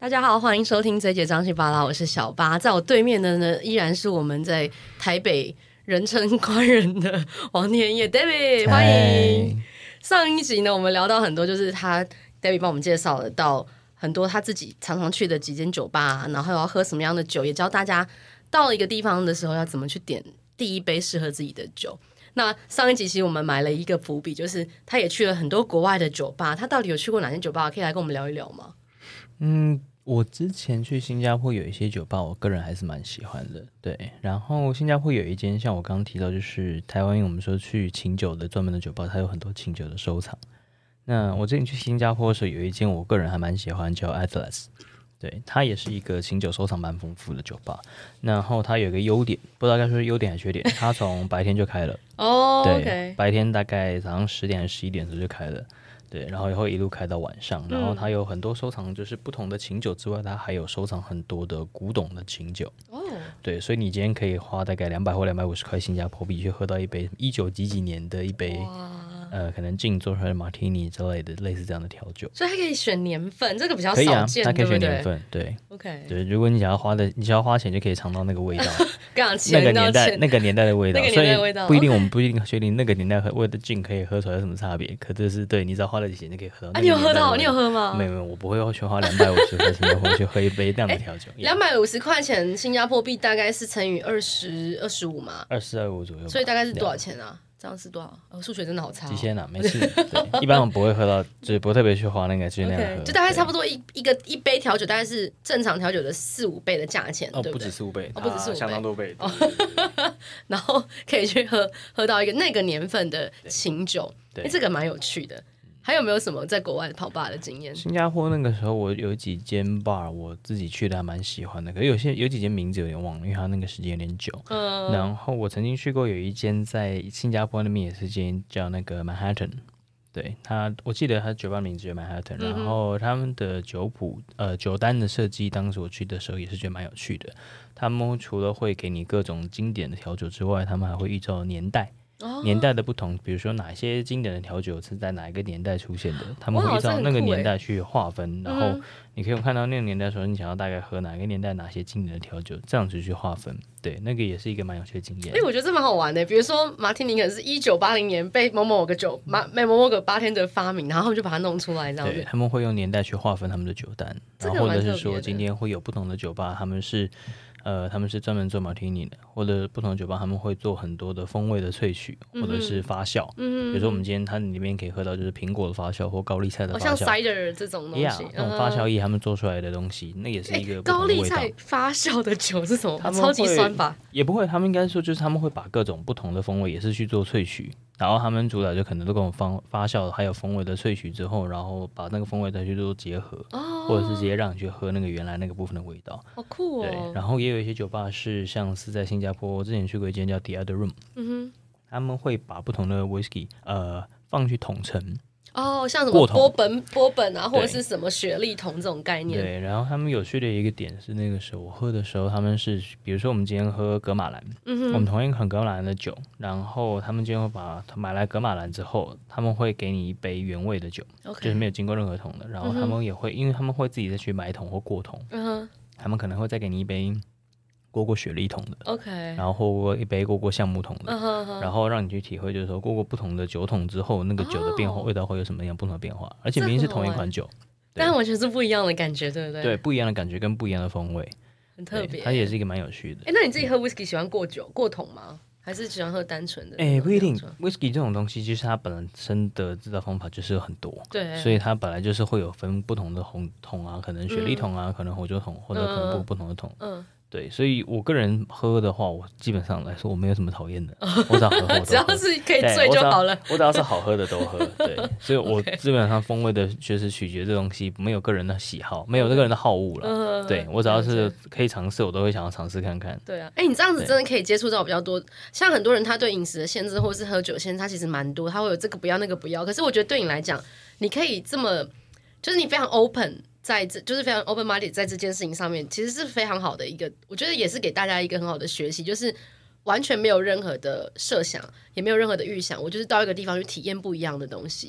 大家好，欢迎收听这一节张西巴拉，我是小八，在我对面的呢依然是我们在台北人称官人的王天业 David， 欢迎。上一集呢，我们聊到很多，就是David 帮我们介绍了到很多他自己常常去的几间酒吧，然后要喝什么样的酒，也教大家到了一个地方的时候要怎么去点第一杯适合自己的酒。那上一集其实我们埋了一个伏笔，就是他也去了很多国外的酒吧，他到底有去过哪间酒吧？可以来跟我们聊一聊吗？ 我之前去新加坡有一些酒吧，我个人还是蛮喜欢的，对。然后新加坡有一间，像我刚刚提到，就是台湾我们说去琴酒的专门的酒吧，它有很多琴酒的收藏。那我之前去新加坡的时候，有一间我个人还蛮喜欢，叫 Atlas， 对，它也是一个琴酒收藏蛮丰富的酒吧。然后它有一个优点，不知道该说优点还是缺点，它从白天就开了，对， okay. 白天大概早上10点还是11点的时候就开了。对，然后也会一路开到晚上，然后它有很多收藏，就是不同的琴酒之外，它还有收藏很多的古董的琴酒。对，所以你今天可以花大概200或250块新加坡币去喝到一杯19几年的一杯，可能净做出来的马提尼之类的，类似这样的调酒。 所以它可以选年份，这个比较可以啊， 少见， 它可以选对不对？ 年份，对。 OK， 对，如果你想要花钱，就可以尝到那个味道， 那个年代的味道， 那个年代的味道， 所以我们不一定确定那个年代和味的劲可以喝出来有什么差别。可这是对，你只要花了钱就可以喝到。 你有喝到？你有喝吗？ 没有，我不会去花250块新加坡去喝一杯这样的调酒。 250块钱新加坡币大概是乘以25嘛 ，24、25左右， 所以大概是多少钱啊？这样是多少？数学真的好差。 几千啊，没事。对，一般我不会喝到，就是不会特别去花那个，就是那样喝。 就大概差不多一杯调酒，大概是正常调酒的4-5倍的价钱，对不对？ 不止4-5倍， 不止4-5倍， 相当多倍。 然后可以去喝到一个那个年份的琴酒，这个蛮有趣的。还有没有什么在国外跑吧的经验？ 新加坡那个时候我有几间 bar 我自己去的还蛮喜欢的，可是有几间名字有点忘了，因为它那个时间有点久。然后我曾经去过有一间在新加坡那边也是间叫那个 Manhattan， 对，我记得它酒吧名字叫 Manhattan，然后他们的酒单的设计，当时我去的时候也是觉得蛮有趣的。他们除了会给你各种经典的调酒之外，他们还会依照年代的不同，比如说哪些经典的调酒是在哪一个年代出现的，他们会依照那个年代去划分，然后你可以看到那个年代的时候，你想要大概喝哪个年代哪些经典的调酒，这样子去划分。对，那个也是一个蛮有趣的经验。 我觉得这蛮好玩的。比如说马提尼可能是1980年被某某个bartender发明，然后他们就把它弄出来，这样子。 对，他们会用年代去划分他们的酒单，然后或者是说今天会有不同的酒吧，他们是专门做马提尼的，或者不同的酒吧他们会做很多的风味的萃取，或者是发酵。比如说我们今天它里面可以喝到就是苹果的发酵或高丽菜的发酵， 像 cider 这种东西， 这种发酵液他们做出来的东西，那也是一个不同的味道。 高丽菜发酵的酒是什么？超级酸吧？ 也不会，他们应该说就是他们会把各种不同的风味也是去做萃取，然后他们主打就可能都跟我发酵还有风味的萃取之后，然后把那个风味再去做结合，或者是直接让你去喝那个原来那个部分的味道。 好酷哦！ 对，然后也有一些酒吧是像是在新加坡，我之前去过一间叫 The Other Room，他们会把不同的 whisky 放去桶陈。 像什么波本啊，或者是什么雪莉桶这种概念。 对，然后他们有趣的一个点是，那个时候我喝的时候，他们是比如说我们今天喝格马兰，我们同一款格马兰的酒，然后他们今天会买来格马兰之后，他们会给你一杯原味的酒，就是没有经过任何桶的，然后他们也会，因为他们会自己再去买桶或过桶，他们可能会再给你一杯过雪莉桶的，然后或一杯过橡木桶的，然后让你去体会，就是说过不同的酒桶之后，那个酒的变化，味道会有什么样不同的变化，而且明明是同一款酒， 但完全是不一样的感觉，对不对？ 对，不一样的感觉跟不一样的风味， 很特别。 它也是一个蛮有趣的。 那你自己喝 whisky 喜欢过桶吗？还是喜欢喝单纯的？ 不一定。whisky 这种东西，其实它本身的制造方法就是有很多， 对， 所以它本来就是会有分不同的红桶啊，可能雪莉桶啊，可能红酒桶，或者可能不同的桶。对，所以我个人喝的话，我基本上来说我没有什么讨厌的，我只要喝只要是可以醉就好了。 我只要是好喝的都喝，对，所以我基本上风味的就是取决这东西，没有个人的喜好，没有这个人的好恶了。对，我只要是可以尝试，我都会想要尝试看看。 对啊，你这样子真的可以接触到比较多，像很多人他对饮食的限制或是喝酒限制，他其实蛮多，他会有这个不要那个不要。可是我觉得对你来讲，你可以这么，就是你非常 open。就是非常 open minded 在这件事情上面，其实是非常好的一个，我觉得也是给大家一个很好的学习，就是完全没有任何的设想，也没有任何的预想，我就是到一个地方去体验不一样的东西。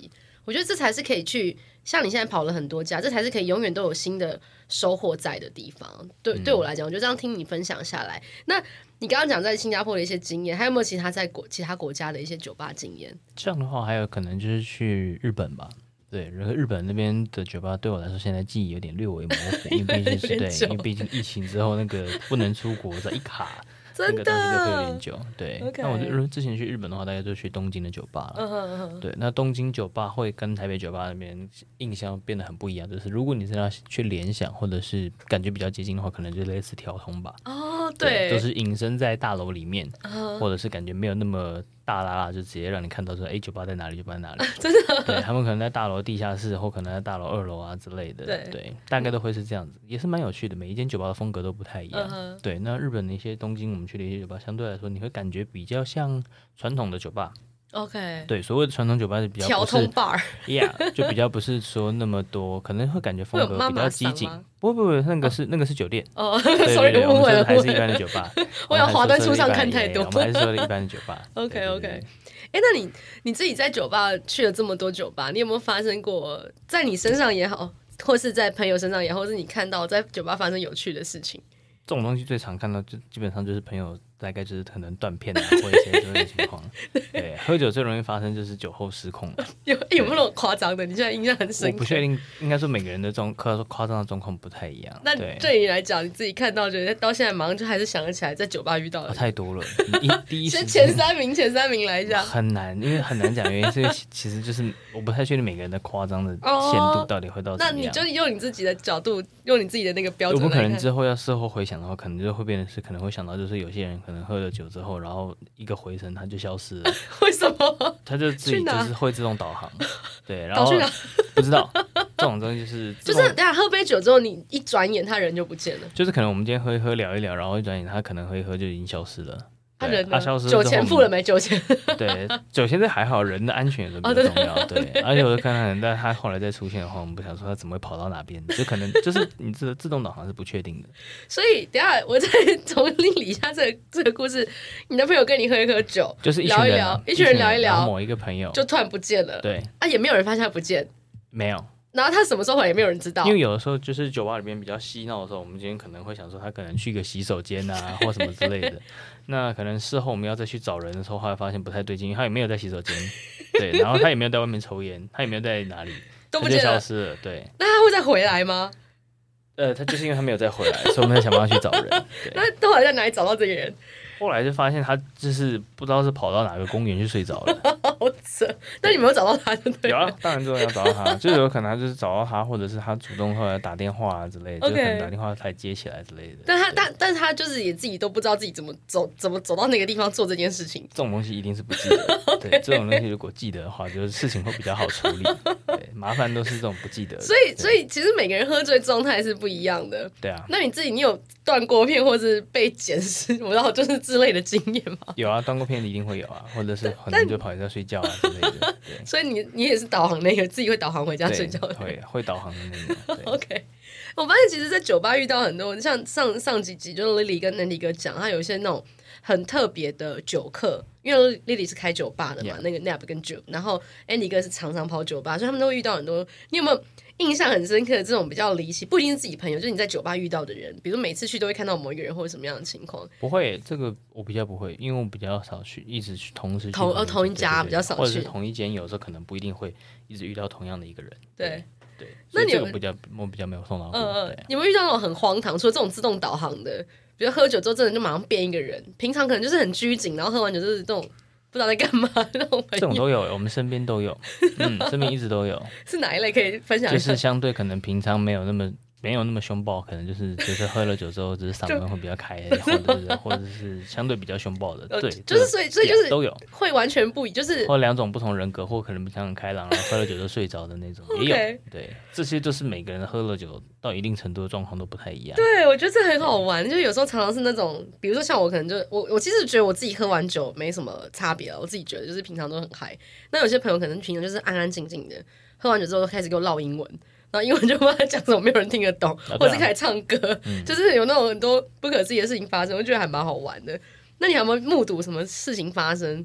我觉得这才是可以去，像你现在跑了很多家，这才是可以永远都有新的收获在的地方。对我来讲，我就这样听你分享下来。那你刚刚讲在新加坡的一些经验，还有没有其他其他国家的一些酒吧经验？ 这样的话，还有可能就是去日本吧。对，然后日本那边的酒吧对我来说，现在记忆有点略微模糊，因为毕竟是对，因为毕竟疫情之后那个不能出国，在一卡。那个东西就会有点久，对。 Okay. 那我之前去日本的话，大概就去东京的酒吧了。对，那东京酒吧会跟台北酒吧那边印象变得很不一样，就是如果你真的要去联想，或者是感觉比较接近的话，可能就类似调通吧。 对， 都是隐身在大楼里面，或者是感觉没有那么大啦啦，就直接让你看到说，酒吧在哪里，酒吧在哪里。 真的？ 对，他们可能在大楼地下室，或可能在大楼2楼啊之类的。对，大概都会是这样子，也是蛮有趣的。每一间酒吧的风格都不太一样。对，那日本的一些东京我们去的一些酒吧，相对来说你会感觉比较像传统的酒吧。 OK， 对，所谓的传统酒吧是比较调通 bar， 就比较不是说那么多，可能会感觉风格比较激进。不，那个是酒店。 sorry， 我们说的还是一般的酒吧。 我有华灯初上看太多， 我们还是说的一般的酒吧。 OK， 那你自己在酒吧去了这么多酒吧，你有没有发生过在你身上也好，或是在朋友身上也好，或是你看到在酒吧发生有趣的事情？ 这种东西最常看到就基本上就是朋友大概就是可能断片啊，或者一些这类情况。对，喝酒最容易发生就是酒后失控了。 有没有那种夸张的？你现在印象很深刻。 我不确定，应该说每个人的夸张的状况不太一样。 那对你来讲，你自己看到觉得到现在马上就还是想得起来在酒吧遇到的太多了。第一时间前三名来讲很难，因为很难讲，原因是其实就是我不太确定每个人的夸张的限度到底会到怎么样。 那你就用你自己的角度，用你自己的那个标准来看。 我不可能之后要事后回想的话，可能就会变成是可能会想到，就是有些人可能喝了酒之后，然后一个回神他就消失了。 为什么？ 他就自己就是会自动导航。对，然后去哪不知道。这种东西就是等下喝杯酒之后，你一转眼他人就不见了。 就是可能我们今天喝一喝聊一聊，然后一转眼他可能喝一喝就已经消失了。 他消失酒钱付了没？酒钱对，酒钱这还好，人的安全也比较重要。对，而且我就看他，但他后来再出现的话，我们不想说他怎么会跑到哪边，就可能就是你自动导航是不确定的。 所以等一下我再重新理一下这个故事。你的朋友跟你喝一喝酒， 就是聊一聊，一群人聊一聊， 某一个朋友就突然不见了。 对也没有人发现他不见， 没有。 然后他什么时候回来也没有人知道， 因为有的时候就是酒吧里面比较嬉闹的时候，我们今天可能会想说他可能去个洗手间啊或什么之类的。那可能事后我们要再去找人的时候，后来发现不太对劲，因为他也没有在洗手间，对，然后他也没有在外面抽烟，他也没有在哪里， 都不见了， 他就消失了。对， 那他会再回来吗？ 他就是因为他没有再回来，所以我们才想办法去找人。 那后来在哪里找到这个人？ 后来就发现他就是不知道是跑到哪个公园去睡着了。 好扯！那你没有找到他就对了。 有啊，当然要找到他，就有可能他就是找到他，或者是他主动后来打电话啊之类的， okay. 就可能打电话才接起来之类的。 但是他就是也自己都不知道自己怎么走到那个地方做这件事情。 这种东西一定是不记得。okay. 对，这种东西如果记得的话，就是事情会比较好处理。对，麻烦都是这种不记得的。 所以其实每个人喝醉状态是不一样的。 对啊。 那你有断过片或是被捡尸，我知道就是之类的经验吗？ 有啊，断过片一定会有啊，或者是可能就跑回家睡觉啊之类的。对， 所以你也是导航那个，自己会导航回家睡觉的。 会导航的那个。 OK， 我发现其实，在酒吧遇到很多，像上几集就是 Lily 跟 Andy 哥讲，他有一些那种很特别的酒客，因为 Lily 是开酒吧的嘛，那个 Nap 跟 Jude， 然后 Andy 哥是常常跑酒吧，所以他们都会遇到很多。你有没有印象很深刻的这种比较离奇，不一定是自己朋友，就是你在酒吧遇到的人，比如每次去都会看到某一个人或者什么样的情况？ 不会，这个我比较不会，因为我比较少去，一直去同时去同一家比较少去， 或者是同一间，有时候可能不一定会一直遇到同样的一个人。 对， 那你这个我比较没有碰到过。 你们遇到那种很荒唐，除了这种自动导航的，比如喝酒之后真的就马上变一个人，平常可能就是很拘谨，然后喝完酒就是这种不知道在干嘛那种朋友。 这种都有，我们身边都有，身边一直都有。 是哪一类可以分享一下？ 就是相对可能平常没有那么凶暴，可能就是喝了酒之后，只是嗓门会比较开，或者是相对比较凶暴的，对， 就是所以就是都有， 会完全不一，就是或两种不同人格，或可能平常很开朗，然后喝了酒就睡着的那种也有，对，这些都是每个人喝了酒到一定程度的状况都不太一样。 对，我觉得这很好玩，就有时候常常是那种，比如说像我可能就我其实觉得我自己喝完酒没什么差别了，我自己觉得就是平常都很嗨，那有些朋友可能平常就是安安静静的，喝完酒之后开始给我唠英文。然后英文就不知道他讲什么，没有人听得懂，或者是开始唱歌，就是有那种很多不可思议的事情发生，我觉得还蛮好玩的。那你有没有目睹什么事情发生？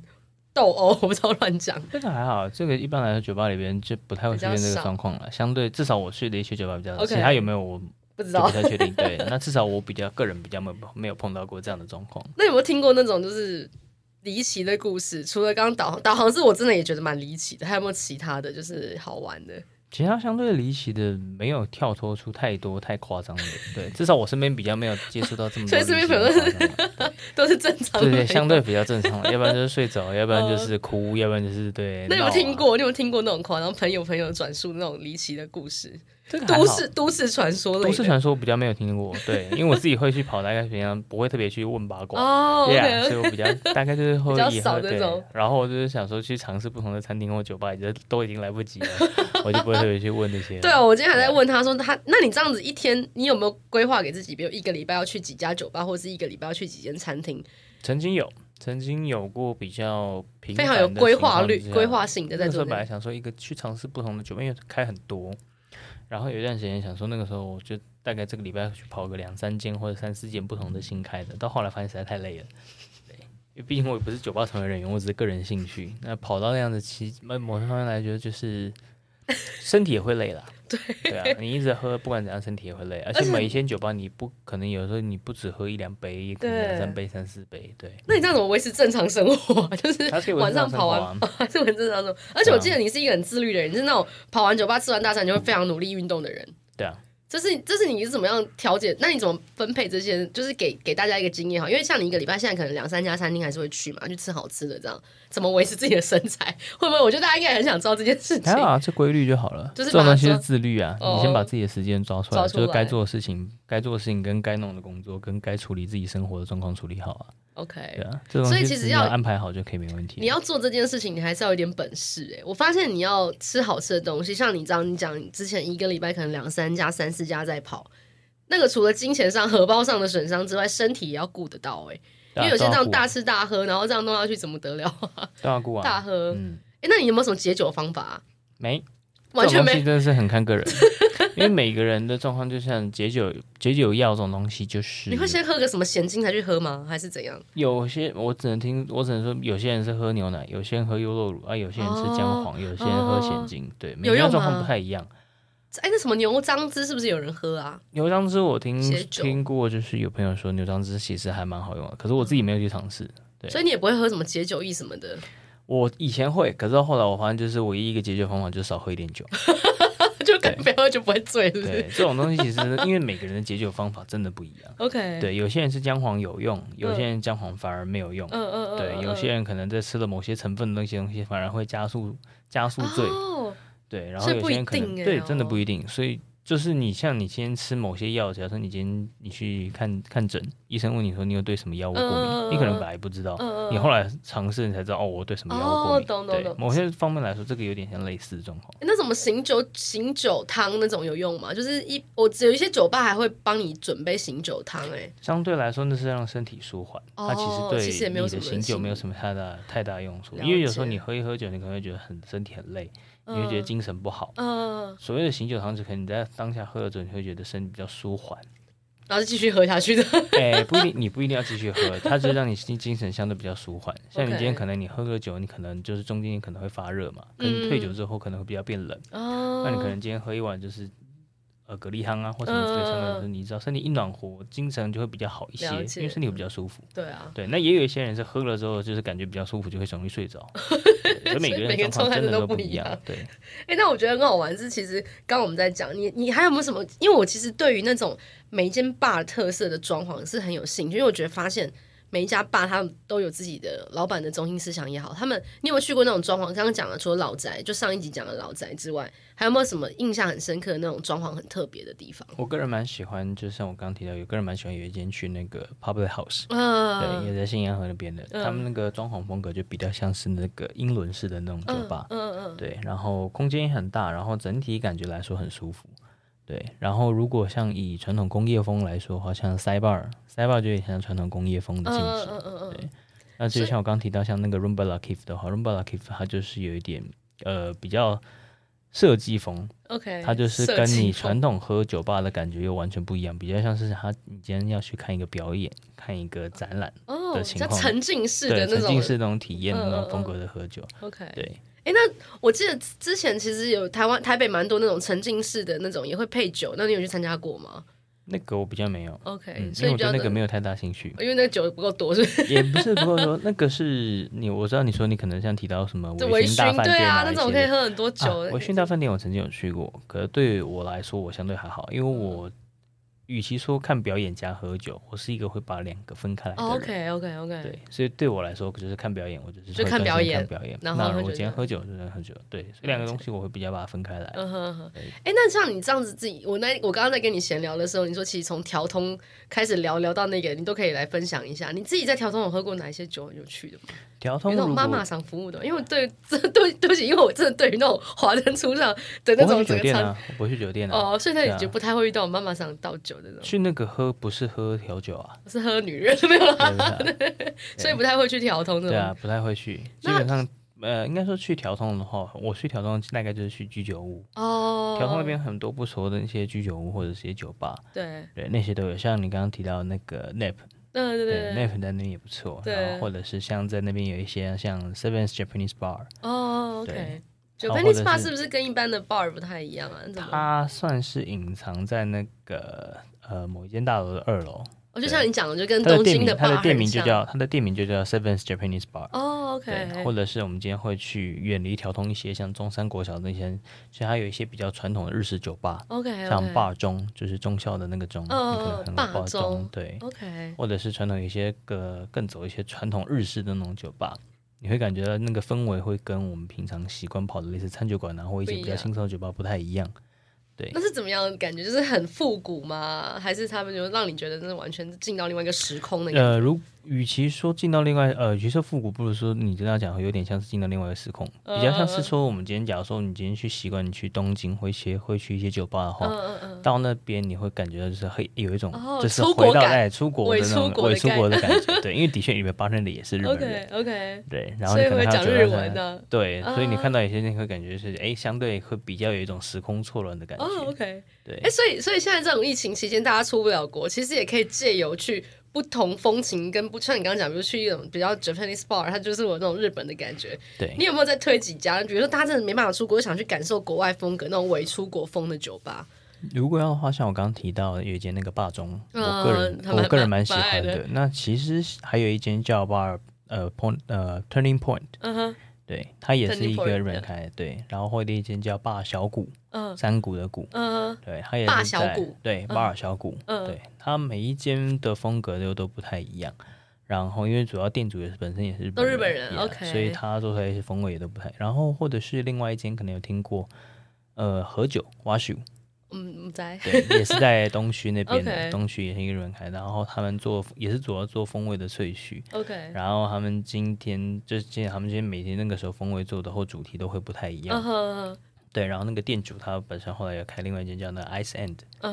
斗殴，我不知道乱讲。 这个还好，这个一般来说酒吧里边就不太会出现这个状况了。相对至少我去的一些酒吧比较少，其他有没有我不知道， 不太确定。对，那至少我个人比较没有碰到过这样的状况。 那有没有听过那种就是离奇的故事？除了刚刚导航是我真的也觉得蛮离奇的，还有没有其他的就是好玩的？ 其他相对离奇的没有跳脱出太多太夸张的，对，至少我身边比较没有接触到这么多离奇的夸张的， 都是正常的， 对，相对比较正常的，要不然就是睡着，要不然就是哭，要不然就是对。 那你有没有听过？你有没有听过那种夸张朋友转述那种离奇的故事？都市传说类的， 都市传说比较没有听过，对，因为我自己会去跑，大概平常不会特别去问八卦 ，OK， 所以我比较大概就是会比较少这种。 然后我就是想说去尝试不同的餐厅或酒吧，都已经来不及了，我就不会特别去问那些。 对啊，我今天还在问他说那你这样子一天，你有没有规划给自己，比如1个礼拜要去几家酒吧，或者是1个礼拜要去几间餐厅？ 曾经有过比较频繁的， 非常有规划性的在做。 那时候本来想说去尝试不同的酒吧，因为开很多。然后有一段时间想说，那个时候我就大概这个礼拜去跑个2-3间或者3-4间不同的新开的，到后来发现实在太累了。对，因为毕竟我也不是酒吧从业人员，我只是个人兴趣。那跑到那样的某方面来觉得就是身体也会累啦。对啊，你一直喝，不管怎样身体也会累，而且每一间酒吧你不可能有时候你不只喝1-2杯，也可能2-3杯、3-4杯。对， 那你这样怎么维持正常生活？就是晚上跑完还是很正常生活。而且我记得你是一个很自律的人，你是那种跑完酒吧吃完大餐就会非常努力运动的人。 对啊。 这是你是怎么样调节？那你怎么分配这些？就是给大家一个经验哈，因为像你1个礼拜现在可能2-3家餐厅还是会去嘛，去吃好吃的这样，怎么维持自己的身材？会不会？我觉得大家应该很想知道这件事情。 还好啊，这规律就好了。就是这种东西是自律啊，你先把自己的时间抓出来，就是该做的事情跟该弄的工作跟该处理自己生活的状况处理好啊。 OK， 对啊，这种东西只要安排好就可以没问题。 你要做这件事情，你还是要有点本事我发现你要吃好吃的东西，像你这样，你讲之前1个礼拜可能2-3家、3-4家在跑，那个除了金钱上、荷包上的损伤之外，身体也要顾得到因为有些这样大吃大喝，然后这样弄下去怎么得了啊？ 都要顾啊， 大喝。那你有没有什么解酒方法没， 完全没， 这种东西真的是很看个人。因为每个人的状况就像解酒药这种东西，就是你会先喝个什么咸精才去喝吗？还是怎样？ 有些我只能说，有些人是喝牛奶，有些人喝优酪乳有些人吃姜黄，有些人喝咸精，对，每个人状况不太一样。 那什么牛樟汁是不是有人喝啊？ 牛樟汁我听过，就是有朋友说牛樟汁其实还蛮好用的，可是我自己没有去尝试。对， 所以你也不会喝什么解酒液什么的？ 我以前会，可是后来我发现，就是唯一一个解酒方法就是少喝一点酒。 就不要喝就不会醉，是不是？ 对，这种东西其实因为每个人的解酒方法真的不一样。 OK， 对，有些人是姜黄有用，有些人姜黄反而没有用。对，有些人可能在吃了某些成分的那些东西，反而会加速醉。对，然后有些人可能对，真的不一定。所以就是像你今天吃某些药，假如说你今天你去看诊，医生问你说你有对什么药物过敏，你可能本来不知道，你后来尝试你才知道我对什么药物过敏。 懂。 某些方面来说，这个有点像类似的状况。 那什么醒酒汤那种有用吗？就是我有一些酒吧还会帮你准备醒酒汤相对来说那是让身体舒缓，它其实对你的醒酒没有什么太大用处，因为有时候你喝一喝酒，你可能会觉得身体很累。你会觉得精神不好。所谓的醒酒汤是可能你在当下喝了之后，你会觉得身体比较舒缓， 然后就继续喝下去的。 不一定，你不一定要继续喝，它就是让你精神相对比较舒缓。像你今天可能你喝个酒，你可能就是中间可能会发热嘛，可能退酒之后可能会比较变冷。那你可能今天喝一碗就是蛤蜊汤啊，或什么之类的，你知道身体一暖和，精神就会比较好一些，因为身体会比较舒服。 对啊， 对，那也有一些人是喝了之后就是感觉比较舒服，就会容易睡着。所以每个人的状况真的都不一样。对， 那我觉得很好玩是，其实刚刚我们在讲，你还有没有什么？因为我其实对于那种每一间 bar 特色的装潢是很有兴趣，因为我觉得发现每一家 bar 他们都有自己的老板的中心思想也好，你有没有去过那种装潢？刚刚讲了，除了老宅，就上一集讲的老宅之外，还有没有什么印象很深刻的那种装潢很特别的地方？ 我个人蛮喜欢，就像我刚刚提到，有个人蛮喜欢有一间去那个 Public House，对，也在信阳河那边的，他们那个装潢风格就比较像是那个英伦式的那种酒吧，对，然后空间也很大，然后整体感觉来说很舒服。对，然后如果像以传统工业风来说的话，像 Sidebar 就有点像传统工业风的进行。对，那就像我刚提到，像那个 Rumba La Kiff 的话 ，Rumba La Kiff 它就是有一点比较设计风。 OK， 它就是跟你传统喝酒吧的感觉又完全不一样，比较像是你今天要去看一个表演，看一个展览。 的情况， 沉浸式的那种沉浸式那种体验的那种风格的喝酒。 OK， 对。 那我记得之前其实有台北蛮多那种沉浸式的那种也会配酒，那你有去参加过吗？ 那个我比较没有 ，OK， 所以我对那个没有太大兴趣， 因为那个酒不够多，是不是？ 也不是不够多，那个是我知道你说你可能像提到什么微醺大饭店对啊，那种可以喝很多酒。 微醺大饭店我曾经有去过，可是对我来说我相对还好，因为我与其说看表演加喝酒，我是一个会把两个分开来的人。 OK， 对，所以对我来说就是看表演，我就是看表演， 然后我今天喝酒就是喝酒，对，所以两个东西我会比较把它分开来。 那像你这样子自己，我刚刚在跟你闲聊的时候，你说其实从调通开始聊到那个，你都可以来分享一下，你自己在调通有喝过哪一些酒很有趣的吗？ 调通那种妈妈桑服务的，因为我对不起，因为我真的对于那种华灯初上的那种酒店啊，我不会去酒店啊， 所以他也就不太会遇到妈妈桑倒酒的那种。 去那个喝不是喝调酒啊， 是喝女人没有啦，所以不太会去调通的。 对啊，不太会去，基本上应该说去调通的话，我去调通大概就是去居酒屋调通那边很多不熟的那些居酒屋或者是些酒吧， 对， 那些都有，像你刚刚提到那个 NAP。对，NAP 在那边也不错，然后或者是像在那边有一些像 Seven's Japanese Bar。 OK， Japanese Bar 是不是跟一般的 bar 不太一样啊？ 它算是隐藏在那个某一间大楼的2楼。 就像你讲的，就跟东京的 bar 它的店名就叫 Seven's Japanese Bar。 OK， 或者是我们今天会去远离调通一些，像中山国小那些，所以它有一些比较传统的日式酒吧。 OK， 像霸中，就是中校的那个中， 霸中， 对 ，OK， 或者是传统有一些更走一些传统日式的那种酒吧。你会感觉到那个氛围会跟我们平常习惯跑的类似餐酒馆啊，或一些比较轻松的酒吧不太一样。对， 那是怎么样的感觉？就是很复古吗？还是他们就让你觉得那完全进到另外一个时空的感觉？ 与其说进到另外与其说复古，不如说你这样讲有点像是进到另外一个时空，比较像是说我们今天假如说你今天去习惯你去东京会去一些酒吧的话，到那边你会感觉到就是有一种就是回到出国的那种伪出国的感觉，对，因为的确里面bartender的也是日本人 ，OK， 对，然后你可能会讲日文的， 对，所以你看到有些人会感觉是相对会比较有一种时空错乱的感觉 ，OK， 对， 所以现在这种疫情期间大家出不了国，其实也可以借由去不同风情跟像你刚刚讲，比如去一种比较 Japanese bar， 它就是我那种日本的感觉。 对， 你有没有再推几家？比如说大家真的没办法出国，想去感受国外风格那种伪出国风的酒吧？ 如果要的话，像我刚刚提到有一间那个霸中，我个人蛮喜欢的。那其实还有一间叫 Turning Point，对，它也是一个日本开的，对，然后或者一间叫霸小谷，山谷的谷，对，它也是霸小谷， 对，巴尔小谷，对，它每一间的风格都不太一样，然后因为主要店主本身也是日本人 ，OK， 所以他做出来一些风味也都不太，然后或者是另外一间可能有听过，和酒瓦酒。 在对，也是在东区那边的，东区也是一个日本开，然后他们也是主要做风味的萃取 ，OK， 然后他们今天每天那个时候风味做的或主题都会不太一样，对，然后那个店主他本身后来有开另外一间叫那 Ice End，对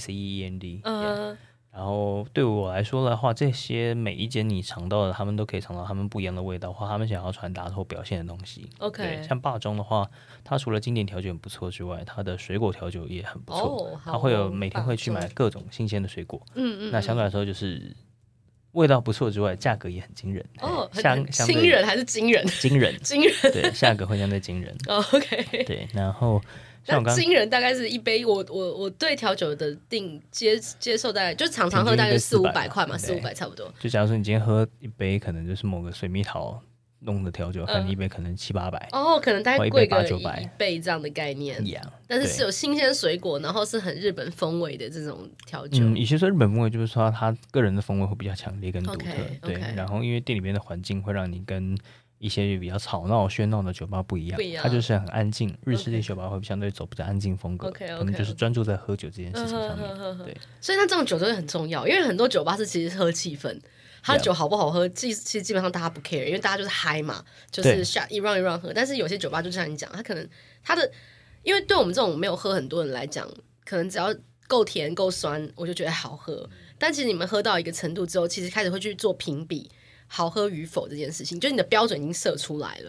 ICEEND，然后对我来说的话，这些每一间你尝到的，他们都可以尝到他们不一样的味道或他们想要传达或表现的东西。 OK， 对，像霸中的话，它除了经典调酒很不错之外，它的水果调酒也很不错。它会有每天会去买各种新鲜的水果。那相对来说就是味道不错之外，价格也很惊人。 惊人还是惊人？ 惊人， 惊人。 对，价格会相对惊人。 OK， 对，然后。 那惊人大概是一杯，我对调酒的接受大概就常喝大概400-500块嘛，400-500差不多。 就假如说你今天喝一杯，可能就是某个水蜜桃弄的调酒，可能一杯可能700-800， 可能大概贵个1倍这样的概念。但是有新鲜水果，然后是很日本风味的这种调酒。 与其说日本风味，就是说他个人的风味会比较强烈跟独特。对，然后因为店里面的环境会让你跟一些比较吵闹喧闹的酒吧不一样，它就是很安静。日式的酒吧会相对走比较安静风格，他们就是专注在喝酒这件事情上面。对， 所以它这种酒都会很重要，因为很多酒吧是其实喝气氛，它的酒好不好喝，其实基本上大家不 care，因为大家就是嗨嘛，就是下一 round 一 round 喝。但是有些酒吧就像你讲，它可能它的，因为对我们这种没有喝很多人来讲，可能只要够甜够酸，我就觉得好喝。但其实你们喝到一个程度之后，其实开始会去做评比。好喝与否这件事情，就是你的标准已经设出来了。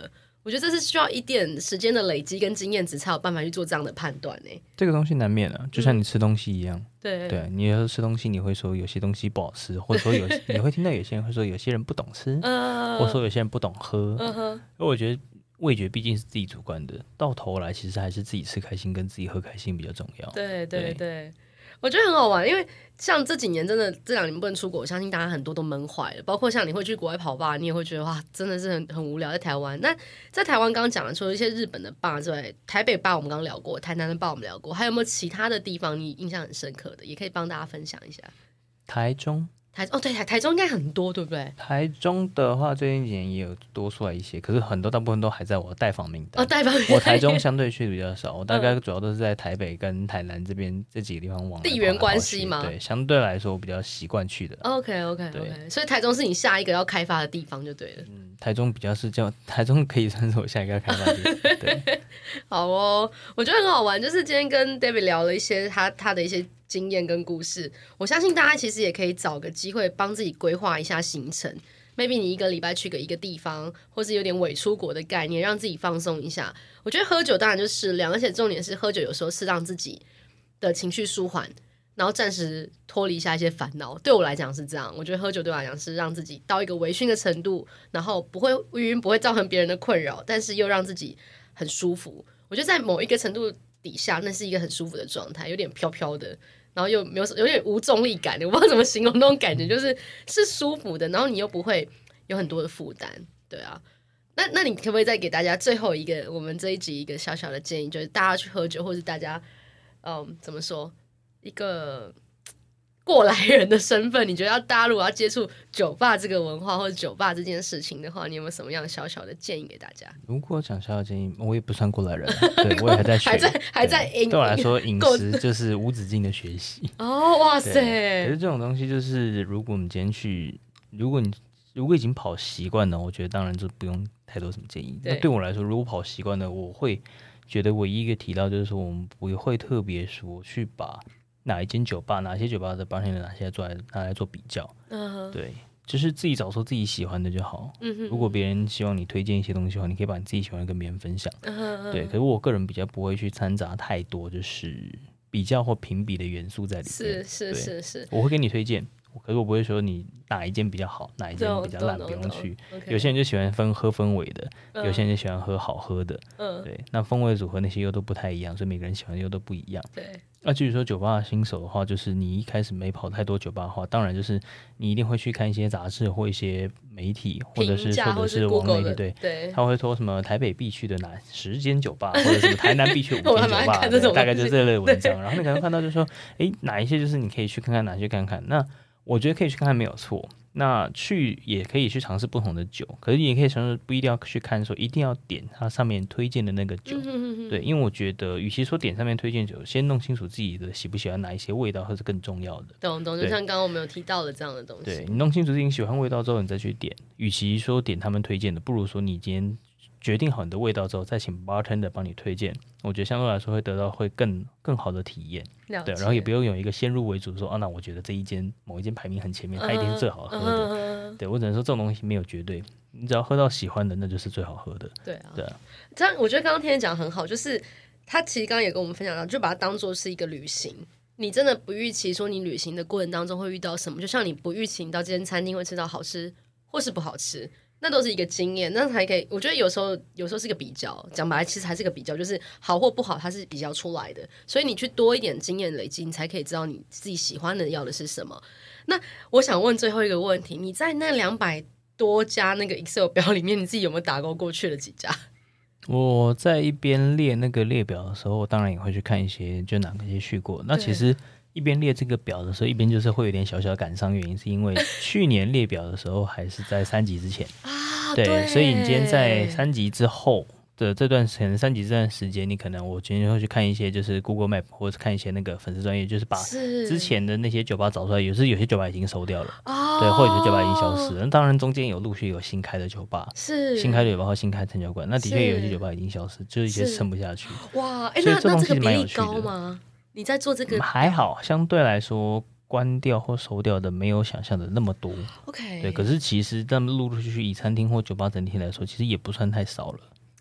我觉得这是需要一点时间的累积跟经验值才有办法去做这样的判断呢。 这个东西难免啊，就像你吃东西一样。 对， 你有时候吃东西你会说有些东西不好吃，或者说你会听到有些人会说有些人不懂吃，或者说有些人不懂喝。因为我觉得味觉毕竟是自己主观的，到头来其实还是自己吃开心跟自己喝开心比较重要。 对，我觉得很好玩，因为像这几年真的这2年不能出国，我相信大家很多都闷坏了，包括像你会去国外跑吧，你也会觉得哇真的是很无聊在台湾。那在台湾刚刚讲了除了一些日本的吧之外，台北吧我们刚刚聊过，台南的吧我们聊过，还有没有其他的地方你印象很深刻的，也可以帮大家分享一下？ 台中对，台中应该很多，对不对？ 台中的话，最近几年也有多出来一些，可是大部分都还在我的待访名单。 待访名单。 我台中相对去的比较少，我大概主要都是在台北跟台南这几个地方往来。 地缘关系吗？ 对，相对来说我比较习惯去的。 OK， 所以台中是你下一个要开发的地方就对了。 台中比较是台中可以算是我下一个要开发的地方。对， 好哦，我觉得很好玩，就是今天跟 David 聊了一些他的一些经验跟故事，我相信大家其实也可以找个机会帮自己规划一下行程 maybe 你1个礼拜去一个地方，或是有点伪出国的概念，让自己放松一下。我觉得喝酒当然就适量，而且重点是喝酒有时候是让自己的情绪舒缓，然后暂时脱离一下一些烦恼。对我来讲是这样，我觉得喝酒对我来讲是让自己到一个微醺的程度，然后不会晕，不会造成别人的困扰，但是又让自己很舒服。我觉得在某一个程度底下，那是一个很舒服的状态，有点飘飘的，然后又没有点无重力感，我不知道怎么形容那种感觉，是舒服的，然后你又不会有很多的负担。对啊，那你可不可以再给大家最后一个我们这一集一个小小的建议，就是大家去喝酒，或是大家怎么说，一个过来人的身份，你觉得大家如果要接触酒吧这个文化或者酒吧这件事情的话，你有没有什么样小小的建议给大家？ 如果讲小小建议，我也不算过来人，对我也还在学， 还在对我来说，饮食就是无止境的学习。 哇塞！ 可是这种东西就是，如果我们今天去，如果已经跑习惯了，我觉得当然就不用太多什么建议。那对我来说，如果跑习惯了，我会觉得唯一一个提到就是说，我们不会特别说去把哪一间酒吧、哪些酒吧的bartender哪些拿来做比较。对，就是自己找出自己喜欢的就好。如果别人希望你推荐一些东西的话，你可以把你自己喜欢的跟别人分享。对，可是我个人比较不会去掺杂太多就是比较或评比的元素在里面。 是， 我会给你推荐，可是我不会说你哪一间比较好，哪一间比较烂，不用去。有些人就喜欢喝氛围的，有些人就喜欢喝好喝的。对，那风味组合那些又都不太一样，所以每个人喜欢的又都不一样。 对。 那至于说酒吧新手的话，就是你一开始没跑太多酒吧的话，当然就是你一定会去看一些杂志或一些媒体，或者是网媒体，对，他会说什么台北必去的哪10间酒吧，或者什么台南必去5间酒吧，大概就这类文章。然后你可能看到就说，哪一些就是你可以去看看，哪些看看。那我觉得可以去看看没有错。那去也可以去尝试不同的酒，可是你也可以尝试不一定要去看说一定要点它上面推荐的那个酒。对，因为我觉得与其说点上面推荐酒，先弄清楚自己的喜不喜欢哪一些味道，或是更重要的。 懂，就像刚刚我们有提到的这样的东西。 对，你弄清楚自己喜欢味道之后，你再去点。与其说点他们推荐的，不如说你今天决定好你的味道之后，再请 bartender 帮你推荐，我觉得相对来说会得到更好的体验。对，然后也不用有一个先入为主说，那我觉得这某一间排名很前面，它一定是最好喝的。对，我只能说这种东西没有绝对，你只要喝到喜欢的，那就是最好喝的。 对啊，这样我觉得刚刚天天讲得很好，就是他其实刚刚也跟我们分享到，就把它当作是一个旅行。你真的不预期说你旅行的过程当中会遇到什么，就像你不预期你到这间餐厅会吃到好吃或是不好吃。那都是一个经验，那才可以。我觉得有时候是个比较，讲白了其实还是个比较，就是好或不好，它是比较出来的。所以你去多一点经验累积，你才可以知道你自己喜欢的要的是什么。那我想问最后一个问题，你在那200多家那个 Excel 表里面，你自己有没有打勾过去了几家？ 我在一边列那个列表的时候，当然也会去看一些就哪些去过。那其实一边列这个表的时候，一边就是会有点小小感伤，原因是因为去年列表的时候还是在3级之前对，所以你今天在3级之后的这段时间，3级这段时间，你可能我今天会去看一些就是 Google Map 或者看一些那个粉丝专页，就是把之前的那些酒吧找出来，有些酒吧已经收掉了对，或者有些酒吧已经消失了。当然中间有陆续有新开的酒吧，新开的酒吧或新开的餐酒馆，那的确有些酒吧已经消失，就是一些撑不下去。 哇，那这个比例高吗？你在做这个还好，相对来说关掉或收掉的没有想象的那么多。 OK， 对，可是其实他们陆陆续续以餐厅或酒吧整体来说，其实也不算太少了。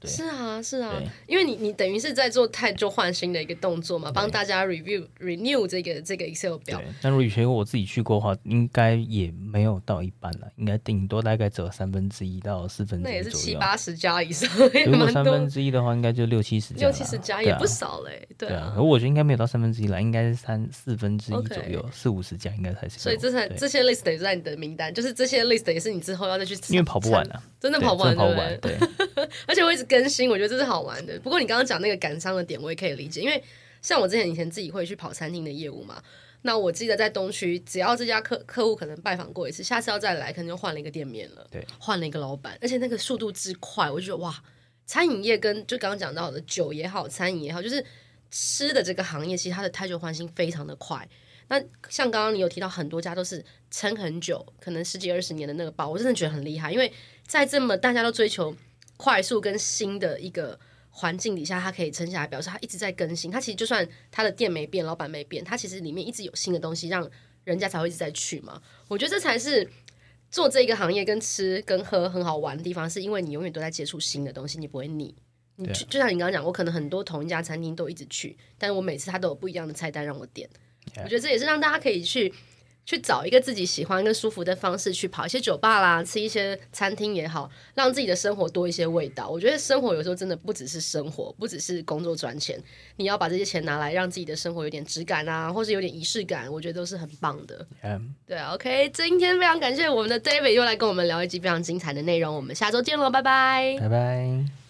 对， 是啊，是啊，因为你等于是在做太旧换新的一个动作嘛，帮大家 renew 这个 Excel 表。 那如果我自己去过的话，应该也没有到一半了，应该顶多大概只有1/3到4/4左右。 那也是70-80家以上， 如果1/3的话，应该就60-70家 ，60-70家也不少嘞。对啊， 可我觉得应该没有到1/3啦，应该是4/3左右，40-50家应该才是。 所以这些 list 也在你的名单，就是这些 list 也是你之后要再去， 因为跑不完啊， 真的跑不完， 对。 而且我一直更新，我觉得这是好玩的。不过你刚刚讲那个感伤的点，我也可以理解，因为像我以前自己会去跑餐厅的业务嘛。那我记得在东区，只要这家客户可能拜访过一次，下次要再来，可能就换了一个店面了， 对， 换了一个老板，而且那个速度之快，我就觉得哇，餐饮业跟就刚刚讲到的酒也好，餐饮也好，就是吃的这个行业，其实它的汰旧换新非常的快。那像刚刚你有提到很多家都是撑很久，可能10几20年的那个包，我真的觉得很厉害，因为在这么大家都追求快速跟新的一个环境底下，它可以撑下来，表示它一直在更新。它其实就算它的店没变，老板没变，它其实里面一直有新的东西，让人家才会一直在去嘛。我觉得这才是做这个行业跟吃跟喝很好玩的地方，是因为你永远都在接触新的东西，你不会腻。你就像你刚刚讲，我可能很多同一家餐厅都一直去，但是我每次它都有不一样的菜单让我点。我觉得这也是让大家可以去找一个自己喜欢跟舒服的方式，去跑一些酒吧啦，吃一些餐厅也好，让自己的生活多一些味道。我觉得生活有时候真的不只是生活，不只是工作赚钱，你要把这些钱拿来让自己的生活有点质感啊，或是有点仪式感，我觉得都是很棒的。对啊 ，OK， 今天非常感谢我们的 David 又来跟我们聊一集非常精彩的内容，我们下周见喽，拜拜， 拜拜。